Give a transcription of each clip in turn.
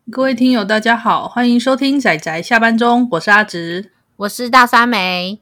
各位听友大家好，欢迎收听仔仔下班中，我是阿直， 我是大酸梅。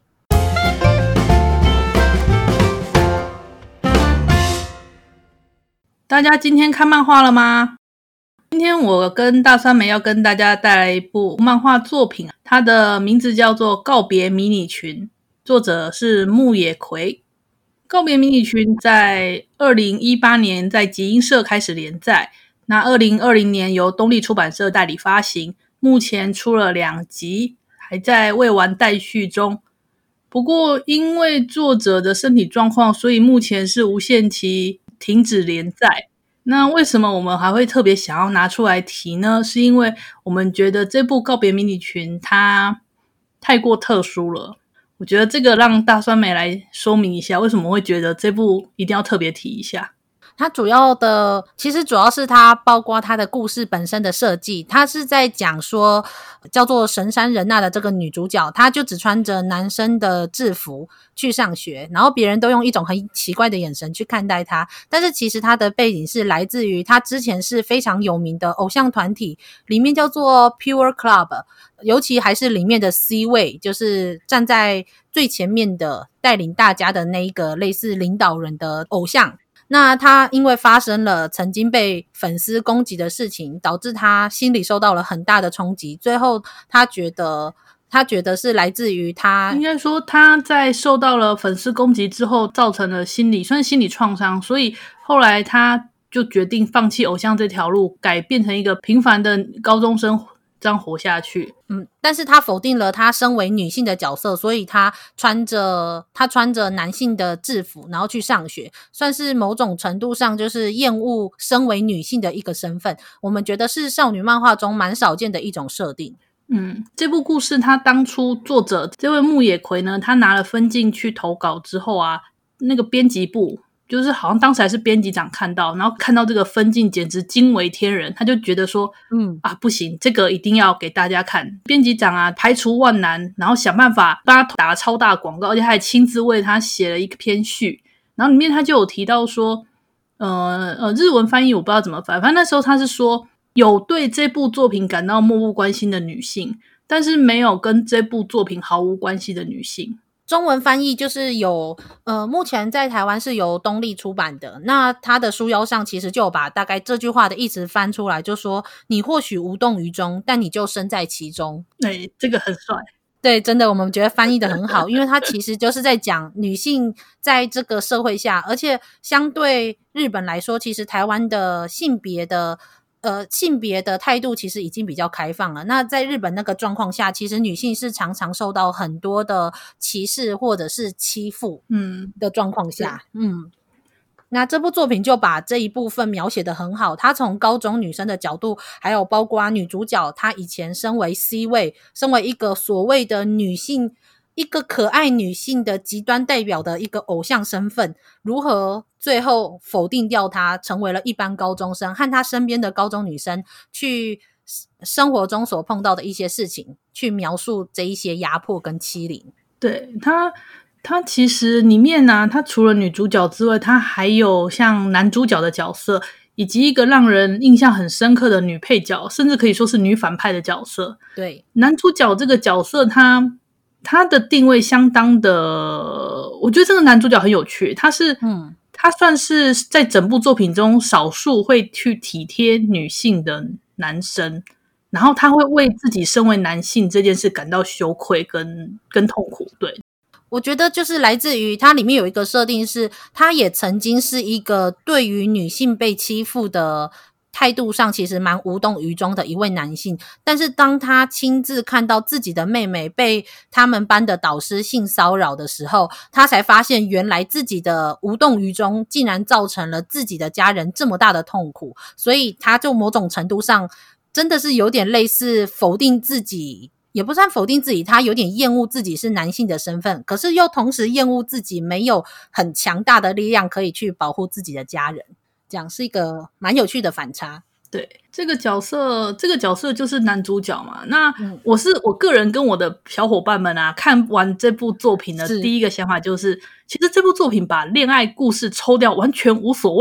大家今天看漫画了吗？今天我跟大酸梅要跟大家带来一部漫画作品，它的名字叫做《告别迷你群》，作者是木野葵。告别迷你群在2018年在集英社开始连载，那2020年由东立出版社代理发行，目前出了2集，还在未完待续中。不过因为作者的身体状况，所以目前是无限期停止连载。那为什么我们还会特别想要拿出来提呢？是因为我们觉得这部告别迷你群它太过特殊了。我觉得这个让大酸梅来说明一下，为什么会觉得这部一定要特别提一下。 它主要是它包括它的故事本身的设计，它是在讲说叫做神山仁娜的这个女主角，她就只穿着男生的制服去上学，然后别人都用一种很奇怪的眼神去看待她，但是其实她的背景是来自于她之前是非常有名的偶像团体，里面叫做 Pure Club， 尤其还是里面的 C 位，就是站在最前面的带领大家的那一个类似领导人的偶像。那他因为发生了曾经被粉丝攻击的事情，导致他心里受到了很大的冲击，最后他觉得是来自于他， 应该说他在受到了粉丝攻击之后造成了心理创伤，所以后来他就决定放弃偶像这条路，改变成一个平凡的高中生，这样活下去。 但是他否定了他身为女性的角色，所以他穿着男性的制服然后去上学，算是某种程度上就是厌恶身为女性的一个身份，我们觉得是少女漫画中蛮少见的一种设定。 这部故事他当初作者这位木野葵呢，他拿了分镜去投稿之后啊，那个编辑部就是好像当时还是编辑长看到，然后看到这个分镜简直惊为天人，他就觉得说不行，这个一定要给大家看。编辑长啊排除万难，然后想办法帮他打了超大的广告，而且他还亲自为他写了一篇序，然后里面他就有提到说日文翻译我不知道怎么翻，反正那时候他是说有对这部作品感到漠不关心的女性，但是没有跟这部作品毫无关系的女性。 中文翻译就是目前在台湾是由东立出版的，那他的书腰上其实就有把大概这句话的意思翻出来，就说你或许无动于衷，但你就身在其中。 这个很帅。 对，真的我们觉得翻译的很好，因为他其实就是在讲女性在这个社会下，而且相对日本来说，其实台湾的性别的态度其实已经比较开放了。那在日本那个状况下，其实女性是常常受到很多的歧视或者是欺负的状况下。那这部作品就把这一部分描写得很好，他从高中女生的角度，还有包括女主角她以前身为 C 位，身为一个所谓的女性，一个可爱女性的极端代表的一个偶像身份，如何最后否定掉她，成为了一般高中生，和她身边的高中女生去生活中所碰到的一些事情，去描述这一些压迫跟欺凌。 对，他其实里面呢，他除了女主角之外，他还有像男主角的角色，以及一个让人印象很深刻的女配角，甚至可以说是女反派的角色。 对， 男主角这个角色他的定位相当的，我觉得这个男主角很有趣，他算是在整部作品中少数会去体贴女性的男生，然后他会为自己身为男性这件事感到羞愧跟痛苦。对， 我觉得就是来自于它里面有一个设定是，他也曾经是一个对于女性被欺负的态度上其实蛮无动于衷的一位男性，但是当他亲自看到自己的妹妹被他们班的导师性骚扰的时候，他才发现原来自己的无动于衷竟然造成了自己的家人这么大的痛苦，所以他就某种程度上真的是有点类似否定自己，也不算否定自己，他有点厌恶自己是男性的身份，可是又同时厌恶自己没有很强大的力量可以去保护自己的家人，这样是一个蛮有趣的反差。 对，这个角色就是男主角嘛。那我个人跟我的小伙伴们啊，看完这部作品的第一个想法就是，其实这部作品把恋爱故事抽掉完全无所谓呢。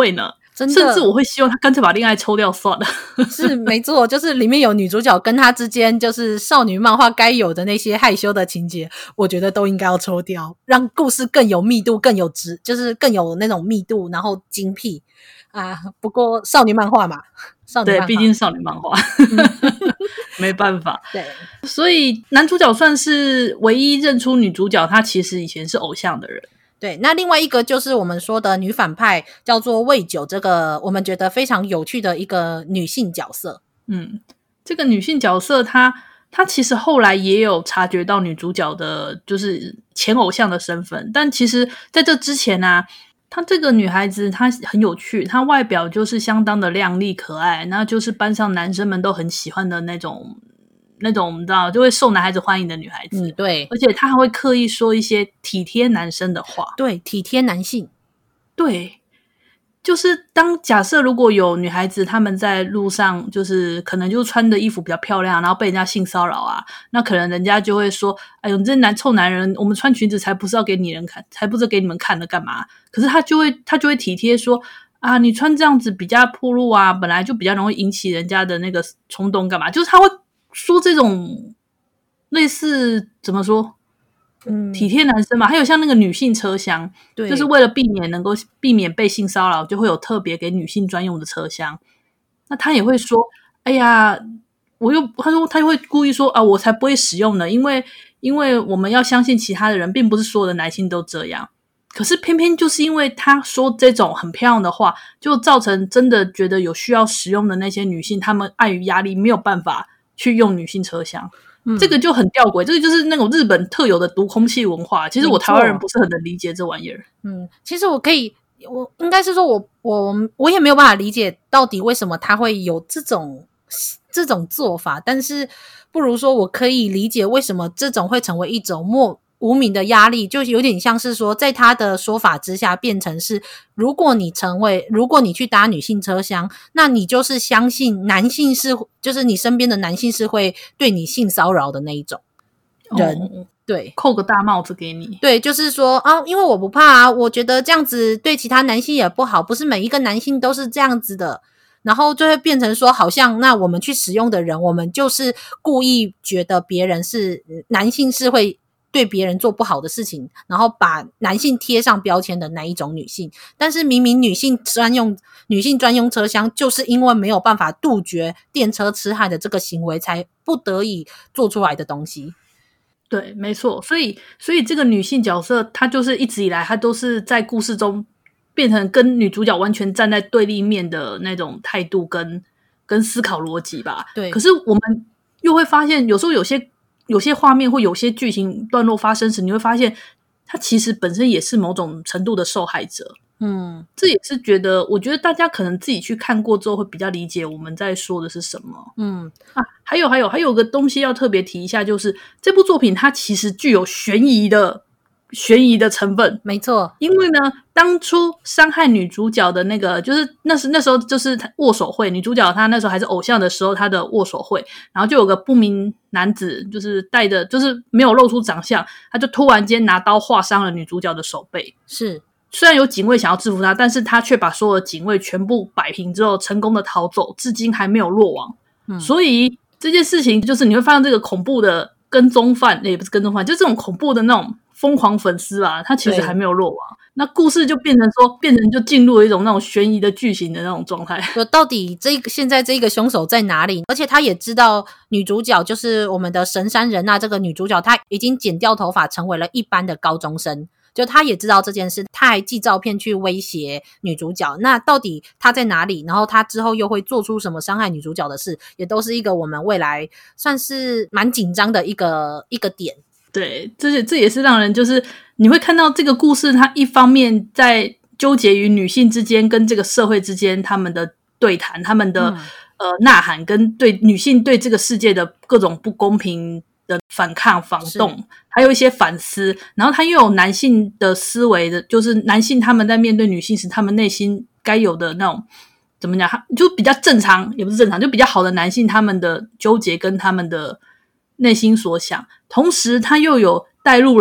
真的， 甚至我会希望他干脆把恋爱抽掉算了。 是没错，就是里面有女主角跟她之间就是少女漫画该有的那些害羞的情节，我觉得都应该要抽掉，让故事更有密度，更有质，就是更有那种密度，然后精辟啊。不过少女漫画嘛，少女漫画， 对，毕竟少女漫画没办法。 对， 所以男主角算是唯一认出女主角她其实以前是偶像的人。 对，那另外一个就是我们说的女反派，叫做魏九，这个我们觉得非常有趣的一个女性角色。 这个女性角色她其实后来也有察觉到女主角的就是前偶像的身份，但其实在这之前啊，她这个女孩子她很有趣，她外表就是相当的靓丽可爱，那就是班上男生们都很喜欢的那种你知道就会受男孩子欢迎的女孩子。 对， 而且她还会刻意说一些体贴男生的话。 对，体贴男性。 对，就是假设如果有女孩子她们在路上就是可能就穿的衣服比较漂亮，然后被人家性骚扰啊，那可能人家就会说，哎呦你这臭男人，我们穿裙子才不是要给你人看，才不是给你们看的干嘛。可是他就会体贴说啊，你穿这样子比较暴露啊，本来就比较容易引起人家的那个冲动干嘛，就是他会说这种类似怎么说体贴男生嘛。还有像那个女性车厢， 对， 就是为了避免被性骚扰，就会有特别给女性专用的车厢。那他也会说，哎呀，他会故意说啊，我才不会使用呢，因为我们要相信其他的人，并不是所有的男性都这样。可是偏偏就是因为他说这种很漂亮的话，就造成真的觉得有需要使用的那些女性，她们碍于压力没有办法去用女性车厢。这个就很吊诡，这个就是那种日本特有的读空气文化。其实我台湾人不是很能理解这玩意儿。 其实我应该是说我也没有办法理解到底为什么他会有这种做法，但是不如说我可以理解为什么这种会成为一种无名的压力，就有点像是说在他的说法之下变成是，如果你去搭女性车厢，那你就是相信男性就是你身边的男性是会对你性骚扰的那一种人。对， 扣个大帽子给你。 对，就是说啊，因为我不怕啊，我觉得这样子对其他男性也不好，不是每一个男性都是这样子的。然后就会变成说，好像那我们去使用的人，我们就是故意觉得别人是男性是会对别人做不好的事情，然后把男性贴上标签的那一种女性。但是明明女性专用车厢，就是因为没有办法杜绝电车痴汉的这个行为，才不得已做出来的东西。 对，没错。所以这个女性角色，她就是一直以来，她都是在故事中变成跟女主角完全站在对立面的那种态度跟思考逻辑吧。 对。 可是我们又会发现，有时候有些画面或有些剧情段落发生时，你会发现她其实本身也是某种程度的受害者。这也是我觉得大家可能自己去看过之后会比较理解我们在说的是什么。还有个东西要特别提一下，就是这部作品它其实具有悬疑的成分。 没错， 因为呢，当初伤害女主角的那个，就是那时候就是握手会，女主角她那时候还是偶像的时候，她的握手会，然后就有个不明男子，就是带着，就是没有露出长相，他就突然间拿刀划伤了女主角的手背。 是， 虽然有警卫想要制服他，但是他却把所有的警卫全部摆平之后，成功的逃走，至今还没有落网。所以这件事情就是你会发现，这个恐怖的跟踪犯，也不是跟踪犯，就这种恐怖的那种疯狂粉丝吧，他其实还没有落网。那故事就变成就进入了一种那种悬疑的剧情的那种状态。 就到底现在这个凶手在哪里？而且他也知道女主角就是我们的神山人娜这个女主角，她已经剪掉头发成为了一般的高中生。就他也知道这件事，他还寄照片去威胁女主角。那到底他在哪里？然后他之后又会做出什么伤害女主角的事，也都是一个我们未来算是蛮紧张的一个点。 对，这也是让人就是你会看到这个故事，它一方面在纠结于女性之间跟这个社会之间他们的对谈，他们的呐喊，跟对女性对这个世界的各种不公平的反抗反动，还有一些反思。然后他又有男性的思维的，就是男性他们在面对女性时，他们内心该有的那种怎么讲，就比较正常，也不是正常，就比较好的男性他们的纠结跟他们的内心所想。同时他又有带入了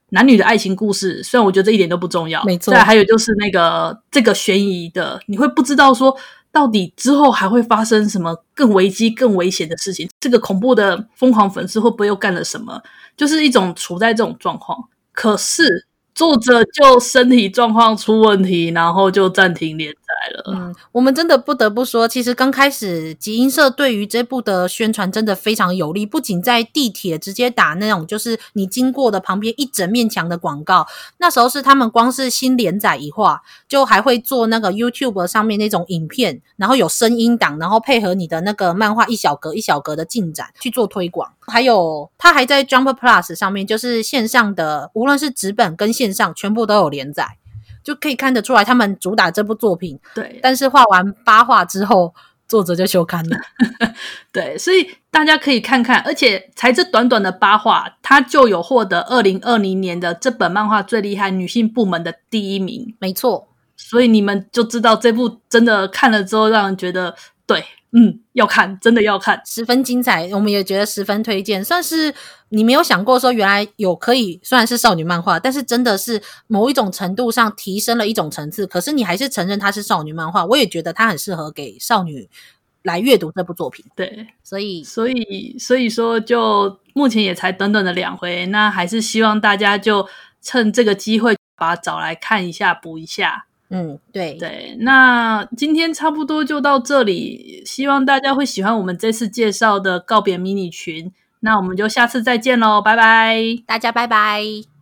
男女的爱情故事，虽然我觉得这一点都不重要， 没错。 再来还有就是这个悬疑的，你会不知道说到底之后还会发生什么更危机、更危险的事情，这个恐怖的疯狂粉丝会不会又干了什么，就是一种处在这种状况。可是作者就身体状况出问题，然后就暂停连载了。 我们真的不得不说，其实刚开始集英社对于这部的宣传真的非常有力，不仅在地铁直接打那种就是你经过的旁边一整面墙的广告，那时候是他们光是新连载一话就还会做那个 YouTube 上面那种影片，然后有声音档，然后配合你的那个漫画一小格一小格的进展去做推广。还有他还在 Jump Plus 上面，就是线上的无论是纸本跟线上全部都有连载，就可以看得出来他们主打这部作品。 对， 但是画完8话之后作者就休刊了。 对，所以大家可以看看，而且才这短短的8话，他就有获得2020年的这本漫画最厉害女性部门的第1名。 没错， 所以你们就知道这部真的看了之后让人觉得对，要看，真的要看， 十分精彩，我们也觉得十分推荐。算是你没有想过说原来有可以，虽然是少女漫画，但是真的是某一种程度上提升了一种层次，可是你还是承认它是少女漫画，我也觉得它很适合给少女来阅读这部作品。 对， 所以说就目前也才短短的2回，那还是希望大家就趁这个机会把它找来看一下，补一下。 对， 那今天差不多就到这里，希望大家会喜欢我们这次介绍的告别迷你群，那我们就下次再见咯，拜拜， 大家拜拜。